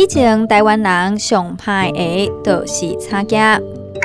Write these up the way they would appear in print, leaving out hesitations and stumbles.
前台湾人上歹的就是擦架，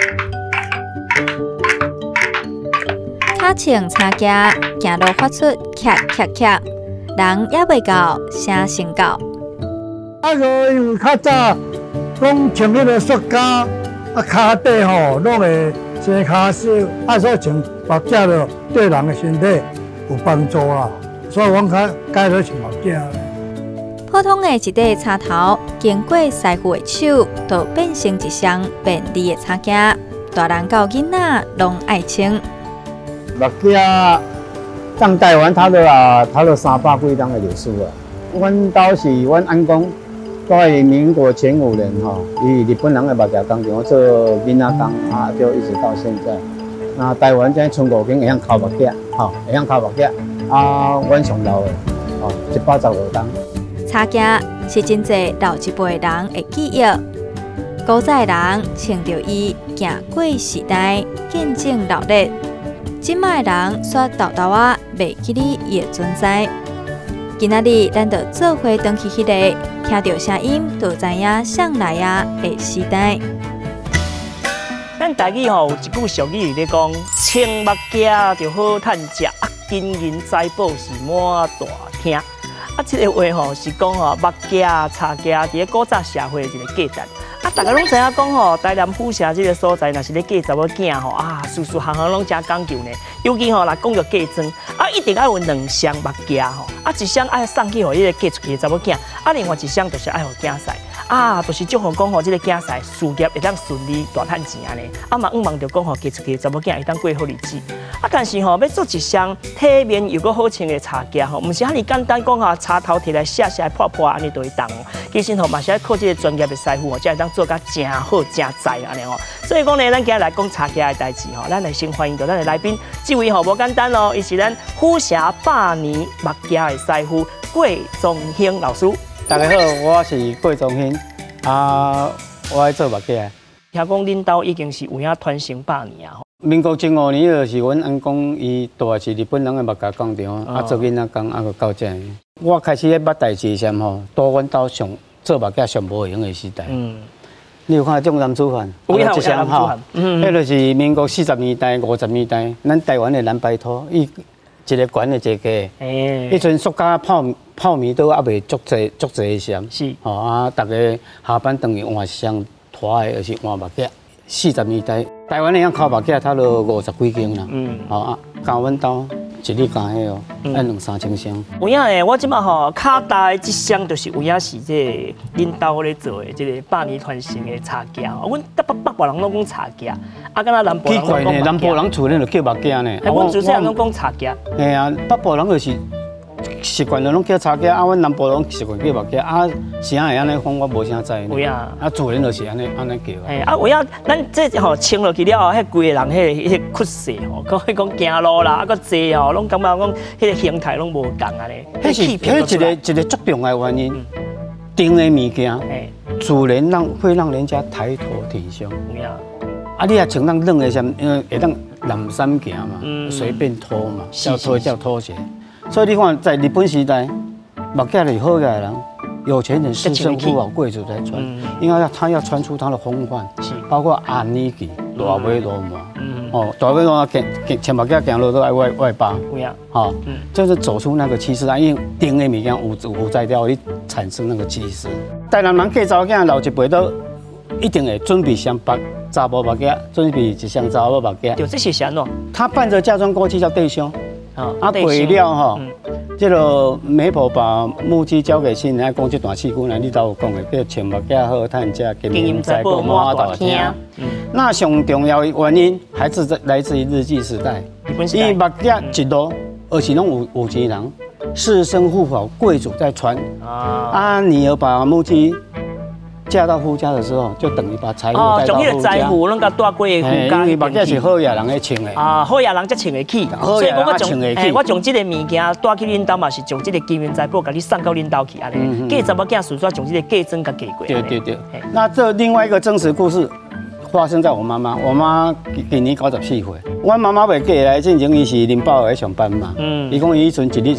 脚穿擦架，行路发出咔咔咔，人也袂到声先到。 啊，就因为较早讲穿迄个塑胶，啊，骹底吼拢会生骹小，啊，所以穿白脚就对人的身体有帮助啦。所以阮改做穿白脚。 普通的一块插头，经过师傅的手，就变成一双便利的插架，大人到囡仔拢爱穿。 目镜上台湾，它的300几档的历史啊。阮兜是阮阿公，在民国前5年吼，以日本人的目镜工厂做囡仔工啊，就一直到现在。那台湾现在春5间会晓扣目镜，吼，会晓扣目镜啊，阮上老的，哦，115档。 插架是真侪老一辈人的记忆。古早的人穿着伊行过时代，见证热烈。今卖人却豆豆啊，袂记哩伊的存在。今仔日，咱就做伙回去迄个听到声音就知影上来啊的时代。 咱台语吼有一句俗语咧讲，穿目镜就好趁食，金银财宝是满大厅。这个话吼是讲吼目镜、擦架，伫咧古早社会一个价值。大家拢知影讲吼，台南府城这个所在，若是咧嫁查某囝吼事事行行拢真讲究呢。尤其吼，来讲着嫁妆，一定要有2双目镜吼，一双爱送去互迄个嫁出去的查某囝，另外一双就是爱互囝婿。就是祝福讲吼，这个囝婿事业会当顺利，大赚钱安尼。嘛望着讲吼，嫁出去的查某囝会当过好日子。但是吼，要做一双体面又阁好穿的插架吼，毋是遐尼简单讲吼，插头摕来写破破安尼就会当哦。其实吼，嘛是要靠这个专业的师傅吼，才会当做甲真好真在安尼哦。所以讲呢，咱今日来讲插架的代志吼，咱来先欢迎到咱的来宾，这位吼无简单哦，伊是咱府城100年目镜的师傅桂宗兴老师。 大家好，我是桂宗兴我爱做目镜。 听讲恁兜已经是有影传承100年啊。 民国75年就是阮阿公伊住的是日本人的目镜工厂，做囡仔工就到这。我开始咧捌代志时吼，到阮兜上做目镜上无用的时代。你有看种男子汉？ 有一双吼，迄就是民国40年代、50年代，咱台湾的蓝白拖，伊一个悬的一个。迄阵塑胶泡棉都还未足济双。是。大家下班等于换双拖的，而是换目镜。40年代，台湾的样靠目镜，它都50几间啦。到阮兜一日干迄哦，要2-3千双。 有影诶，我即马吼卡带一箱就是有影是这恁兜咧做的这个100年传承的插架。阮北部人拢讲插架，敢若南部人奇怪呢，南部人厝咧就叫目镜呢。 阮自细人拢讲插架。 嘿啊，北部人就是习惯了拢叫插架，阮南部人习惯叫目镜。啥会安尼讲，我无啥知。 有影。 自然就是安尼叫。 嘿，有影，咱这吼穿落去了后，迄规个人迄个屈势吼，讲行路啦，搁坐吼，拢感觉讲迄个形态拢无共安尼。 迄是一个足重要原因。定的物件，自然会让人家抬头挺胸。 有影。 你也穿冷的衫，因为会当踉跄行嘛，随便脱嘛，叫拖鞋。所以你看，在日本时代，目镜是好个人，有钱人、士绅、富豪、贵族才穿，因为他要穿出他的风范，包括安尼记、大尾罗马，大尾罗马穿目镜行路都爱外八，就是走出那个气势啊。因为定的物件有在调，你产生那个气势。台南人嫁查某囝，老一辈都一定会准备双白查某目镜，准备一双查某目镜。 就这是啥喏？ 他伴着嫁妆过去叫对象。过了吼，这个媒婆把母鸡交给新人，讲这段戏句呢，你都有讲的，叫穿目镜好趁食，金银财宝满大厅。那上重要的原因还是来自于日据时代，因为目镜一路，而且拢有钱人、士绅富豪、贵族在穿。女儿把母鸡嫁到夫家的时候，就等于把财富带到夫家。将迄个财富拢甲带过去夫家。因为目镜是好野人咧穿的。好野人才穿得起。所以我将这个物件带去恁兜嘛，是将这个金银财宝甲你送到恁兜去安尼。嫁查某囝顺续将这个嫁妆甲嫁过。对。那这另外一个真实故事发生在我妈妈。我妈今年94岁，我妈妈未嫁来之前，伊是林保的上班嘛。伊讲伊迄阵一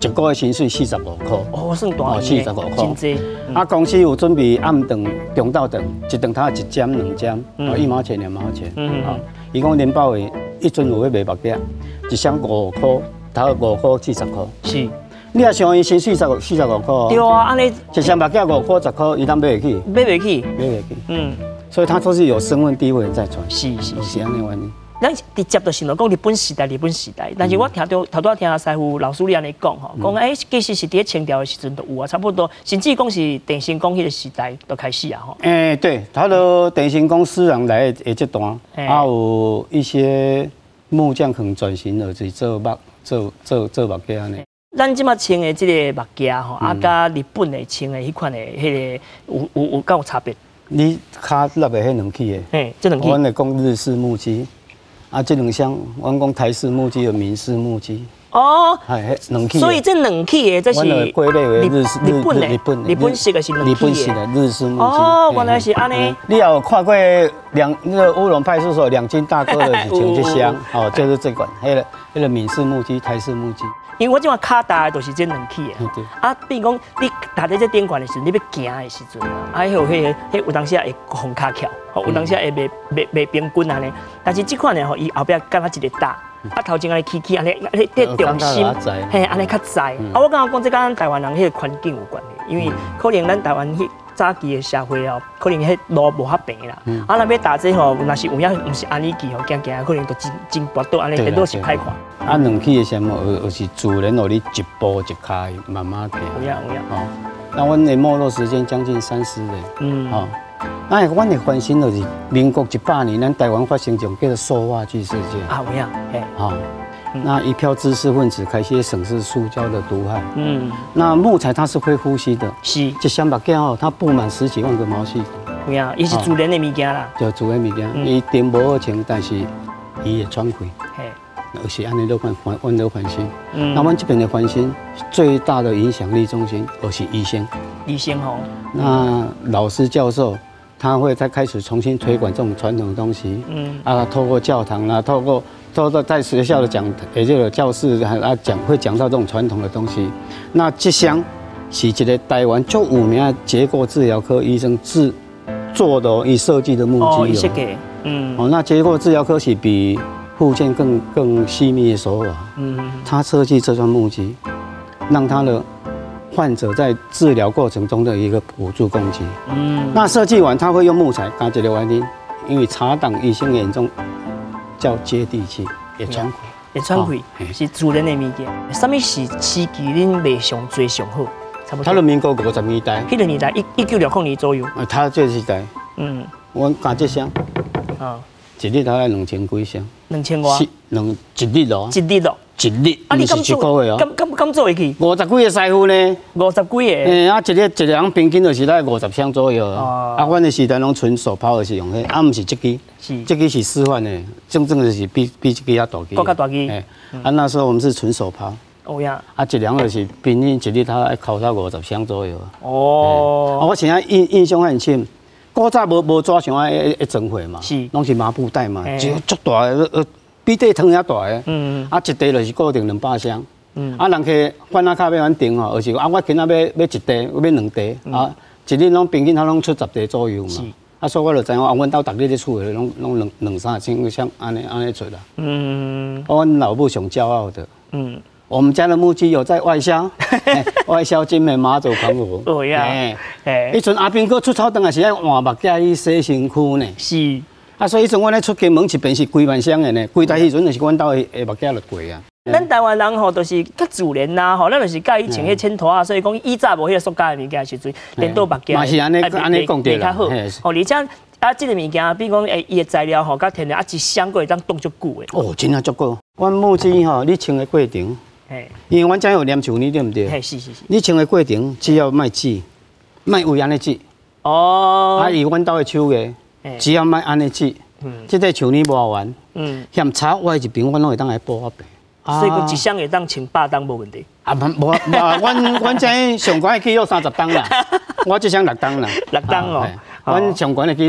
一个月薪水45块。 哦，算大 45块， 真济。 啊，公司有准备暗顿、中昼顿，一顿他1针2针，1毛钱2毛钱。啊，伊讲林宝的一阵有去卖目镜，一箱5块，头5块至10块。 是。 你也想伊薪水45块。 对啊，安尼一箱目镜5块10块，伊当买得起？ 买袂起。 买袂起。所以他都是有身份地位在传。是安尼原因。 咱直接就是讲日本时代，但是我听到头拄听师傅老师你安尼讲吼，讲其实是伫清朝的时阵都有啊，差不多，甚至讲是电信公迄个时代都开始啊吼。 对，他的电信公司人来的这段，有一些木匠可能转型而去做目镜安尼。 咱即马穿的这个目镜吼，甲日本的穿的迄款的迄个有敢有差别？ 你卡落的迄两起的， 这两起。 阮来讲日式木屐。这两箱，阮讲台式木屐有闽式木屐。 哦， 两起。 所以这两起的这是归类为日本式的是两起的。 日本式的日式木屐。 哦，原来是安尼。 你有看过那个乌龙派出所两军大哥的是穿这箱，就是这款，迄个闽式木屐、台式木屐。 因为我即马卡搭的都是这两起的，比如讲你搭在这顶悬的时候，你要行的时阵还有有当时会红卡翘，有当时会袂平均安尼。但是这款呢，伊后壁敢若一个搭，头前安尼起安尼这重心，安尼较窄。我感觉讲这跟咱台湾人迄个环境有关系，因为可能咱台湾迄早期的社会可能迄路无遐平啦。若要搭这若是有影毋是安尼记行可能都真跋倒，安尼电脑是歹看。 两起的什么，而是自然互你一步一脚慢慢行。 有。 那阮的没落时间将近30年。那阮的翻新就是民国100年，咱台湾发生一种叫做塑化剂事件。有。那一票知识分子开始审视塑胶的毒害。那木材它是会呼吸的。是。一箱目镜它布满10几万个毛细孔。 有影，伊是自然的物件啦。 就自然物件，伊电无好清，但是伊会喘气。而是安尼都阮都翻新。那阮这边的翻新最大的影响力中心，而是医生。那老师教授他会再开始重新推广这种传统的东西。透过教堂啦，透过在学校的也就是教室会讲到这种传统的东西。那这箱是一个台湾最有名的结构治疗科医生做的伊设计的木屐。 设计。 那结构治疗科是比附件更细密的手法。他设计这双木屐，让他的患者在治疗过程中的一个辅助攻击。那设计完他会用木材加一个原因，因为茶党医生眼中叫接地气，会喘气。 会喘气是自然的物件。什么是时期恁卖上最上好？差不多。 他的民国50年代。 迄个年代1960年左右。 他这时代。我加这箱。一日大概2000几箱，2000外，一日咯，一日，你敢做？敢做会去？50几个师傅呢？50几个？一个人平均就是大概50箱左右。阮的时代拢纯手抛的是用迄，毋是这支，这支是示范的，真正的是比这支还大支。更加大支。那时候我们是纯手抛。一两就是平均一日他要烤到50箱左右。我现在印象很深。古早无纸箱会装货嘛，拢是麻布袋嘛，就足大个，比地汤遐大个。一袋就是固定200箱。人客翻卡要安订吼，而是我今仔要一袋，要2袋。一日拢平均他拢出10袋左右嘛。所以我就知影，阮兜逐日咧厝诶，拢2、3千箱安尼出啦。阮老母上骄傲的。我们家的木屐有在外销，外销金门、马祖、澎湖。迄阵阿兵哥出草堂也是爱换目镜去洗身躯呢。是。所以迄阵我咧出金门一边是几万箱的呢，规台迄阵就是阮兜的目镜就过啊。 咱台湾人吼，就是较自然啦，吼，咱就是介意穿迄衬托啊，所以讲以早无迄个塑胶的物件时阵，电动目镜嘛是安尼讲对啦。 而且这个物件，比如讲伊的材料吼，甲天然一箱过会当冻足久的。 真正足久。阮木屐吼，你穿的过程。因为阮遮有黏树泥，对不对？ 是。 你穿的过程只要卖挤，卖有安尼挤。以阮兜的手艺，只要卖安尼挤，这个树泥磨完，嫌差我一边，阮拢会当来补一遍。 所以讲一箱会当穿100担无问题。 无，阮遮上悬的记录30担啦，我这箱6担啦。 6担哦。 阮上悬的记录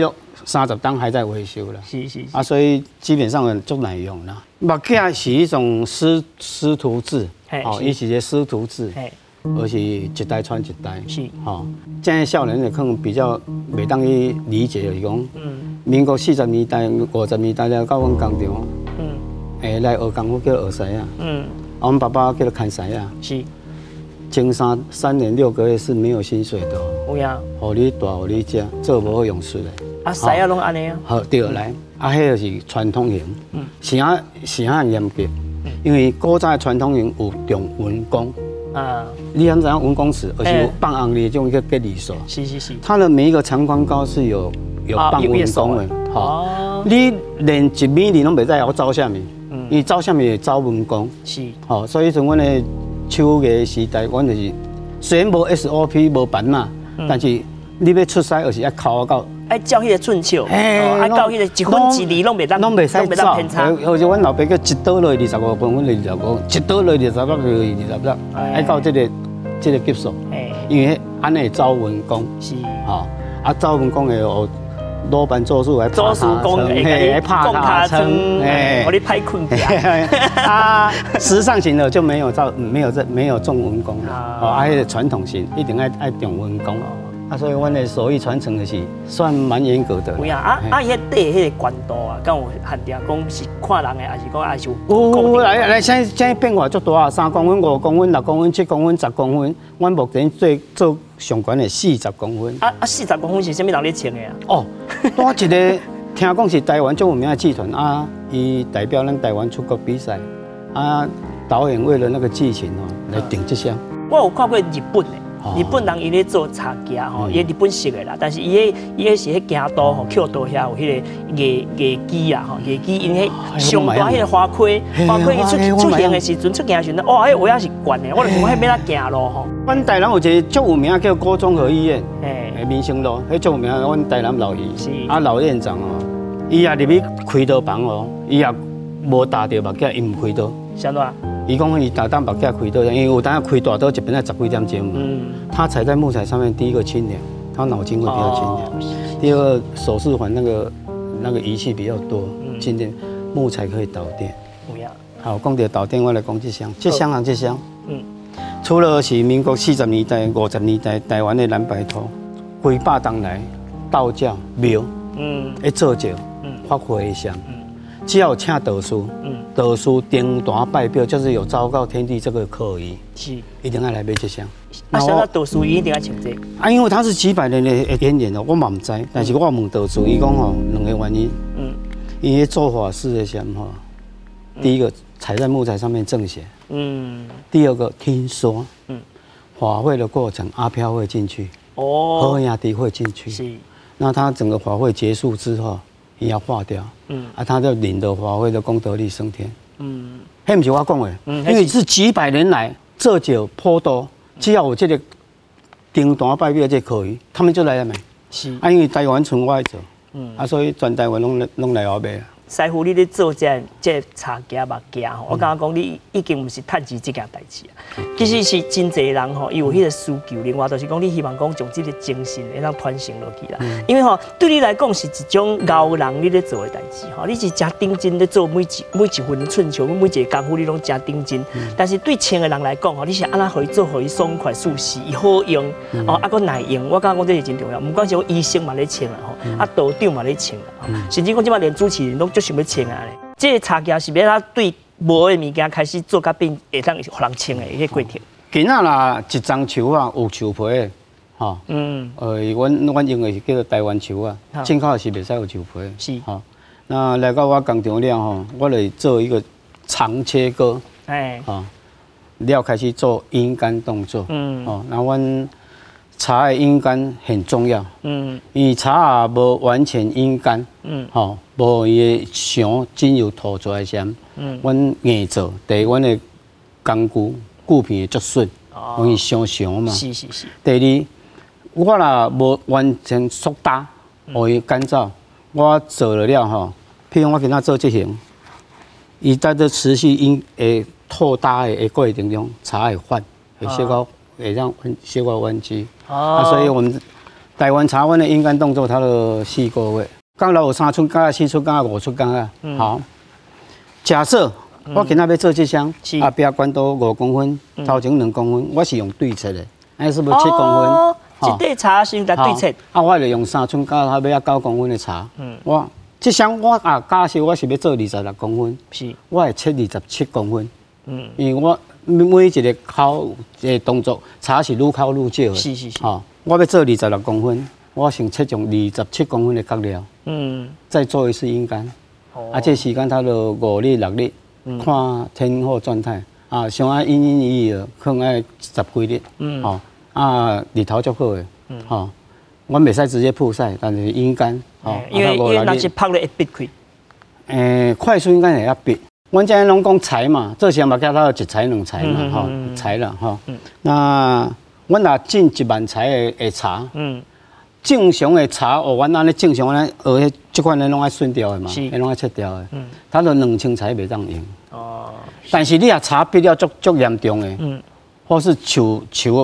30担还在维修啦。 是啊，所以基本上足耐用啦。木架是一种师徒制，伊是一个师徒制。而是一代传一代， 是， 现在少年的可能比较袂当去理解，就是讲，民国40年代、50年代了，到阮工厂，来学功夫叫学师啊，我们爸爸叫做看师啊， 是， 前3年6个月是没有薪水的， 有呀， 互你大，互你食，做无好用处的。 啊，师啊拢安尼啊？ 好，对来，迄个是传统型，是很严格，因为古早的传统型有重文工。你知影文工池，而且放红的这种叫隔离所。 是。 它的每一个长宽高是有放文工的，你连1米你拢袂知要走啥物，因为走啥物会走文工。 是。 所以从阮的手艺时代，阮就是虽然无 SOP 无斑马，但是你要出师，而是要考到。 爱照迄个寸手，爱到迄个1分1厘拢袂当， 拢袂使偏差。而且阮老爸叫一刀落25公分就25公分，一刀落26就26，爱到这个级数。因为安尼走文工， 是， 走文工会学老板做事来做事工会拍卡层，我你拍困觉。 时尚型的就没有重文工了，迄个传统型一定爱重文工。所以阮的手艺传承的是算蛮严格的。 有呀，伊迄底迄个宽度啊，敢有限定讲是看人的，还是讲还是有？ 来，现在变化足大啊，3公分、5公分、6公分、7公分、10公分，阮目前做上悬的40公分。 40公分是啥物人咧穿的啊？ 多一个听讲是台湾最有名的剧团啊，伊代表咱台湾出国比赛啊，导演为了那个剧情来定这项。 我有看过日本的。日本人伊咧做茶夹伊日本式的啦，但是伊迄是迄夹刀扣刀遐有迄个艺机啊艺机因迄上大迄个花盔伊出行的时阵出行的时阵，迄位也是悬的，我就想迄要哪行咯阮台南有一个足有名叫郭综合医院，民生路，迄足有名，阮台南老医，老院长伊也入去开刀房伊也无打着目镜，伊唔开刀。 啥多？ 伊讲伊打目镜开刀，因为有当开大刀一边10几点钟嘛。他踩在木材上面，第一个清凉，他脑筋会比较清凉。第二个手术环那个仪器比较多，今天木材可以导电。好，讲到导电，我来讲这箱。除了是民国40年代、50年代台湾的蓝白土，几百当来道教庙，会做石，发挥一下。只要有请道士，道士登坛拜表，就是有昭告天地这个课仪，是一定要来买这箱。 现在道士一定要请这。 因为他是几百年的渊源我嘛唔知，但是我问道士，伊讲2个原因。因为做法事的时候第一个踩在木材上面正邪。第二个听说，法会的过程阿飘会进去，何亚迪会进去。是。那他整个法会结束之后。伊要化掉，他就领的法会的功德力升天，迄不是我讲的，因为是几百年来这就颇多，只要有这个登坛拜表这可以，他们就来买。是，因为台湾纯我做，所以全台湾拢来我买。 师傅，你咧做这茶夹目夹我刚刚讲你已经不是趁钱这件代志啊。其实是真侪人伊有迄个需求，另外就是讲你希望讲将这个精神会当传承落去啦。因为对你来讲是一种熬人你咧做的代志你是真认真咧做每一分寸球，每一个功夫你拢真认真。但是对穿的人来讲你是安那可以做，可以爽快舒适，伊好用搁耐用。我刚刚讲这是真重要，不管是医生嘛咧穿啊道长嘛咧穿甚至讲即摆连主持人拢就想要穿啊咧。这个茶夹是要对无的物件开始做甲变，会当互人穿的迄个过程。 今仔啦，一张树啊有树皮的，阮用的是叫做台湾树啊，进口是袂使有树皮的。是，那来到我工厂了我来做一个长切割，了开始做阴干动作，那阮茶的阴干很重要，因为茶也无完全阴干，无伊的香真有吐出来先，阮硬做，第一阮的工具固片会足顺，容易伤嘛。是。第二，我若无完全速打，互伊干燥，我做了譬如我今仔做这型，伊在这持续会吐打的过程中，茶会翻，会小可会让小可弯曲。所以我们台湾茶湾的阴干动作，它的细过位。 讲了有3寸竿、4寸竿、5寸竿啊。好，假设我今仔要做这箱，后壁管到5公分，头前2公分，我是用对切的，安是不7公分？ 一块茶先来对切。 我就用3寸竿，还要9公分的茶。我这箱假设我是要做26公分，是，我会切27公分。因为我每一个口的动作，茶是愈口愈少的。是。我要做26公分，我先切中27公分的角料。再做一次阴干。这时间它就5日6日，看天候状态。上爱阴雨的，可能爱10几日。日头足好的。我袂使直接曝晒，但是阴干。 因为那是晒了会闭开。 快速应该会要闭。阮这拢讲材嘛，做项目叫它一材2材嘛，材了哈。那阮若进1万材的茶，正常的茶，阮安尼正常咱学这款咱拢爱顺掉的嘛，拢爱切掉的。它就2000材袂当用。但是你若茶闭了足严重的，或是树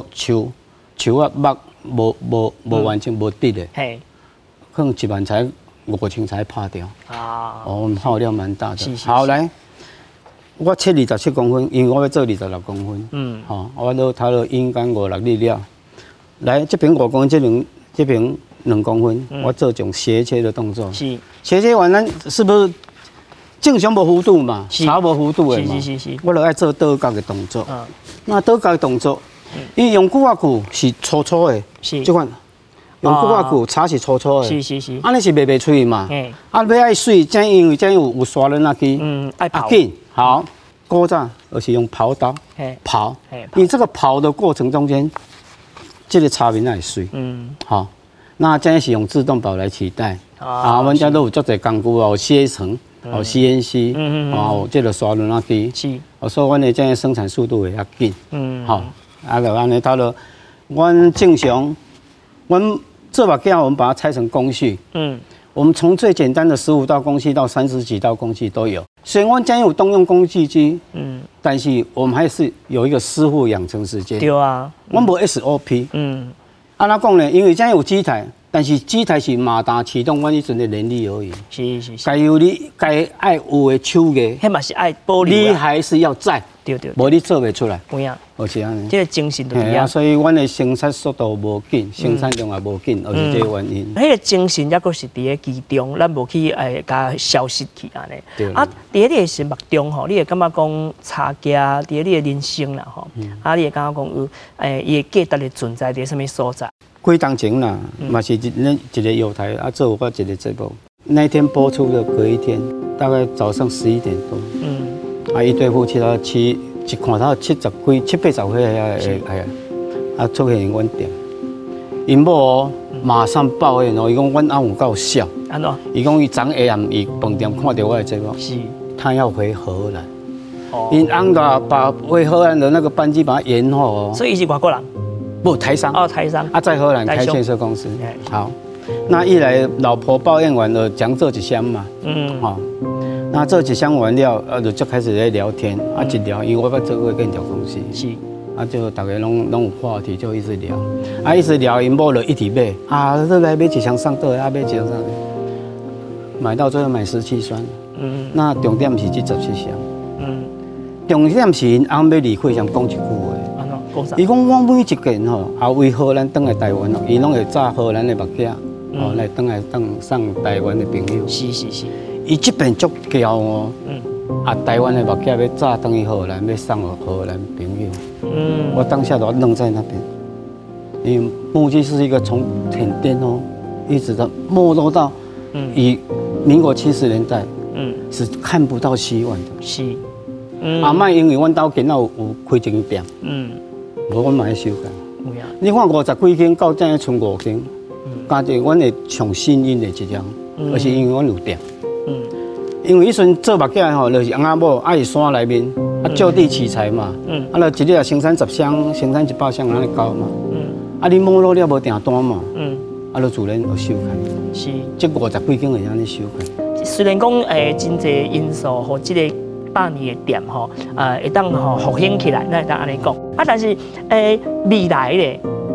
木无完全无滴的，可能1万材5000材拍掉。耗量蛮大的。好来。我切27公分，因为我要做26公分。我都它都阴干5、6日了。来这边5公分，这边2公分，我做种斜切的动作。是。斜切完，咱是不是正常无弧度嘛？茶无弧度的嘛。是。我就爱做倒角的动作。那倒角的动作，因为用骨仔骨是粗粗的，这款用骨仔骨茶是粗粗的。是。安尼是袂脆嘛？要爱水，因为有刷轮啊去。爱跑。好，锅炸而且用刨刀刨，你这个刨的过程中间，这个茶面会水。好，那这样是用自动刨来取代。我们家都有足侪工具有切层，有 CNC， 有这个刷轮啊机。所以阮的这样生产速度会较紧。好，就安尼，它就，阮正常，阮做目镜，我们把它拆成工序。我们从最简单的15道工序到30几道工序都有。虽然我今天有动用工具机，但是我们还是有一个师傅养成时间。对啊，我无 SOP。安怎讲呢？因为今天有机台，但是机台是马达启动，我迄阵的能力而已。是。该有你该爱有的手艺， 迄嘛是爱保留。 你还是要在。对，无你做袂出来。有影。而且安尼。 这个精神就是啊。 所以阮的生产速度无紧，生产量也无紧，而是这个原因。 迄个精神抑阁是伫个其中，咱无去甲消失去安尼。对。伫你的心目中吼，你会感觉讲茶家伫你的人生啦吼，你会感觉讲有伊的价值的存在伫什么所在？ 几当前啦，嘛是一个友台做我一个节目，那天播出的隔一天，大概早上11点多。一对夫妻他一看到70几、70、80岁出现阮店，因某马上抱怨伊讲阮翁有够笑，安怎？伊讲伊昨下暗伊饭店看到我的节目，是，他要回荷兰，因翁把回荷兰的那个班机把它延后哦。 所以伊是外国人？ 不，台商。 台商。 在荷兰开建设公司。好，那一来老婆抱怨完了，讲这几箱嘛。那这几箱完了，就开始在聊天，一聊，因为我要做过建筑公司，是，就大家拢有话题，就一直聊，一直聊，因某就一直买，这来买一箱上倒，买一箱上，买到最后买17箱，那重点是这17箱，重点是因翁要离开，想讲一句话，伊讲我每一件吼，也为荷兰转来台湾咯，伊拢会炸荷兰的目镜，来转来送台湾的朋友，是。伊这边足骄哦，台湾的目镜要炸等于荷兰，要送给荷兰朋友。我当下都愣在那边，因为木屐是一个从缅甸哦，一直到没落到以民国70年代，是看不到希望的。是，卖因为阮兜今仔有开一间店，无阮嘛要收干。你看50几间到现在剩5间，加上阮的上新颖的一项，而是因为阮有店。因为迄阵做目镜吼，就是翁仔某是山内面，就地取材嘛，就一日生产10箱，生产100箱安尼搞嘛，你没落了无订单嘛，就自然有收开。是，这50几间会安尼收开。 虽然讲真侪因素和这个8年的店吼，会当复兴起来，咱会当安尼讲。但是未来咧，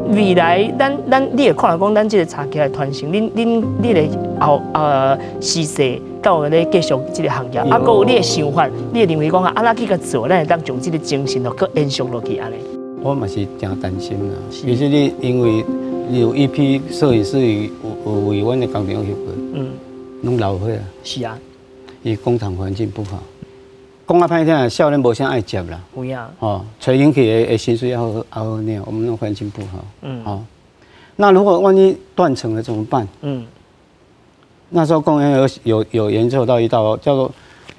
未来你会看到讲，咱这个茶叶的传承，你的后时势，到咧继续这个行业，啊，还有你的想法，你会认为讲啊，安怎去甲做，咱会当将这个精神哦，搁延续落去安尼。 我嘛是真担心啦，其实你因为有一批摄影师有为阮的工厂翕过，拢老岁啊。 是啊， 伊工厂环境不好，讲啊歹听，少年无啥爱接啦。 有呀。 哦，找进去的薪水要好念，我们那环境不好。好，那如果万一断层了怎么办？那时候公园有研究到一道叫做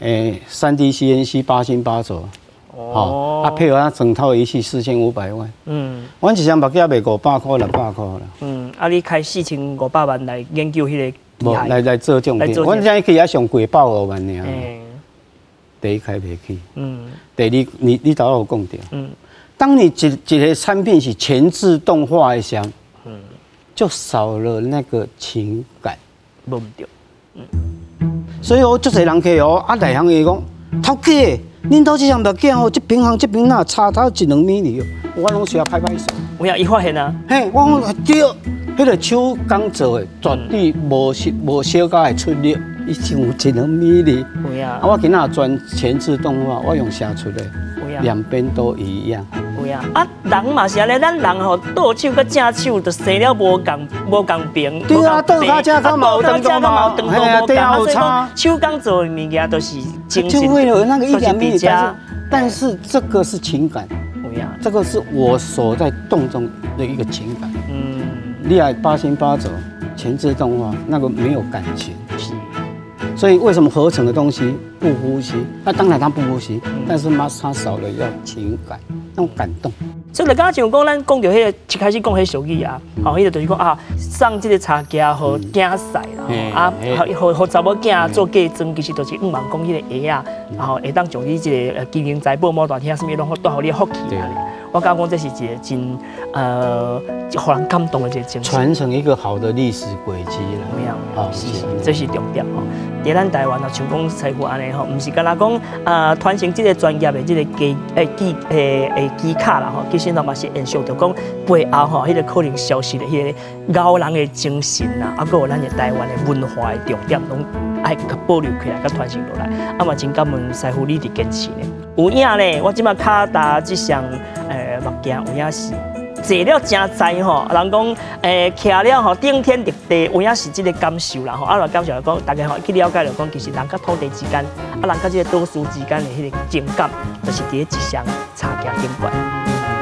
3D CNC 8星8轴。哦，啊，配合它整套仪器4500万。阮一双目镜卖500块、600块啦。 啊，你开4500万来研究迄个机械， 来做这种片，阮这去也上贵150万尔。第一开袂起。第二，你早有讲到。当你一个产品是全自动化的时候，就少了那个情感。 无唔对。 所以我足侪人客哦，啊，内行伊讲，头家。恁兜这双目镜吼，这边行这边那差1、2米哩哦，我拢需要拍手。 有影，伊发现啊， 嘿，我讲对，迄个手工做的绝对无小可会出力，伊就有1、2米哩。 有影。 啊，我今仔转全自动化，我用写出来，两边都一样。 有影。啊，人嘛是安尼，咱人吼倒手甲正手，就生了无共平。 对啊，倒脚正脚嘛有长度嘛，嘿啊，对啊有差。 手工做的物件都是精神， 就会有那个1、2米，但是这个是情感。 有影。 这个是我所在动中的一个情感。你爱8星8轴全自动化，那个没有感情。是。所以为什么合成的东西不呼吸？那当然它不呼吸，但是它少了要情感，那种感动。 所以就刚刚像讲，咱讲到迄个一开始讲迄俗语啊，迄个就是讲啊，送这个茶叶互囝婿啦，啊，互查某囝做嫁妆，其实就是望讲迄个鞋啊，然后会当将你这个金银财宝、毛大厅什么拢带互你福气啊。我感觉讲这是一个真互人感动的一个精神， 传承一个好的历史轨迹啦。 有影，是，这是重点吼。在咱台湾啊，像讲财富安尼吼，毋是干那讲传承这个专业的这个技巧啦吼，其实嘛是延续着讲背后吼，迄个可能消失的迄个老人的精神啦，啊，还有咱的台湾的文化的重点，拢爱甲保留起来，甲传承落来。啊嘛，真感恩师傅你伫坚持呢。有影呢，我即马脚踏这双目镜，有影是。坐了真栽吼，人讲徛了吼，顶天立地，有影是这个感受啦吼。啊，来感受来讲，大家吼去了解来讲，其实人甲土地之间，啊人甲这个岛屿之间的迄个情感，就是伫一双茶叶顶悬。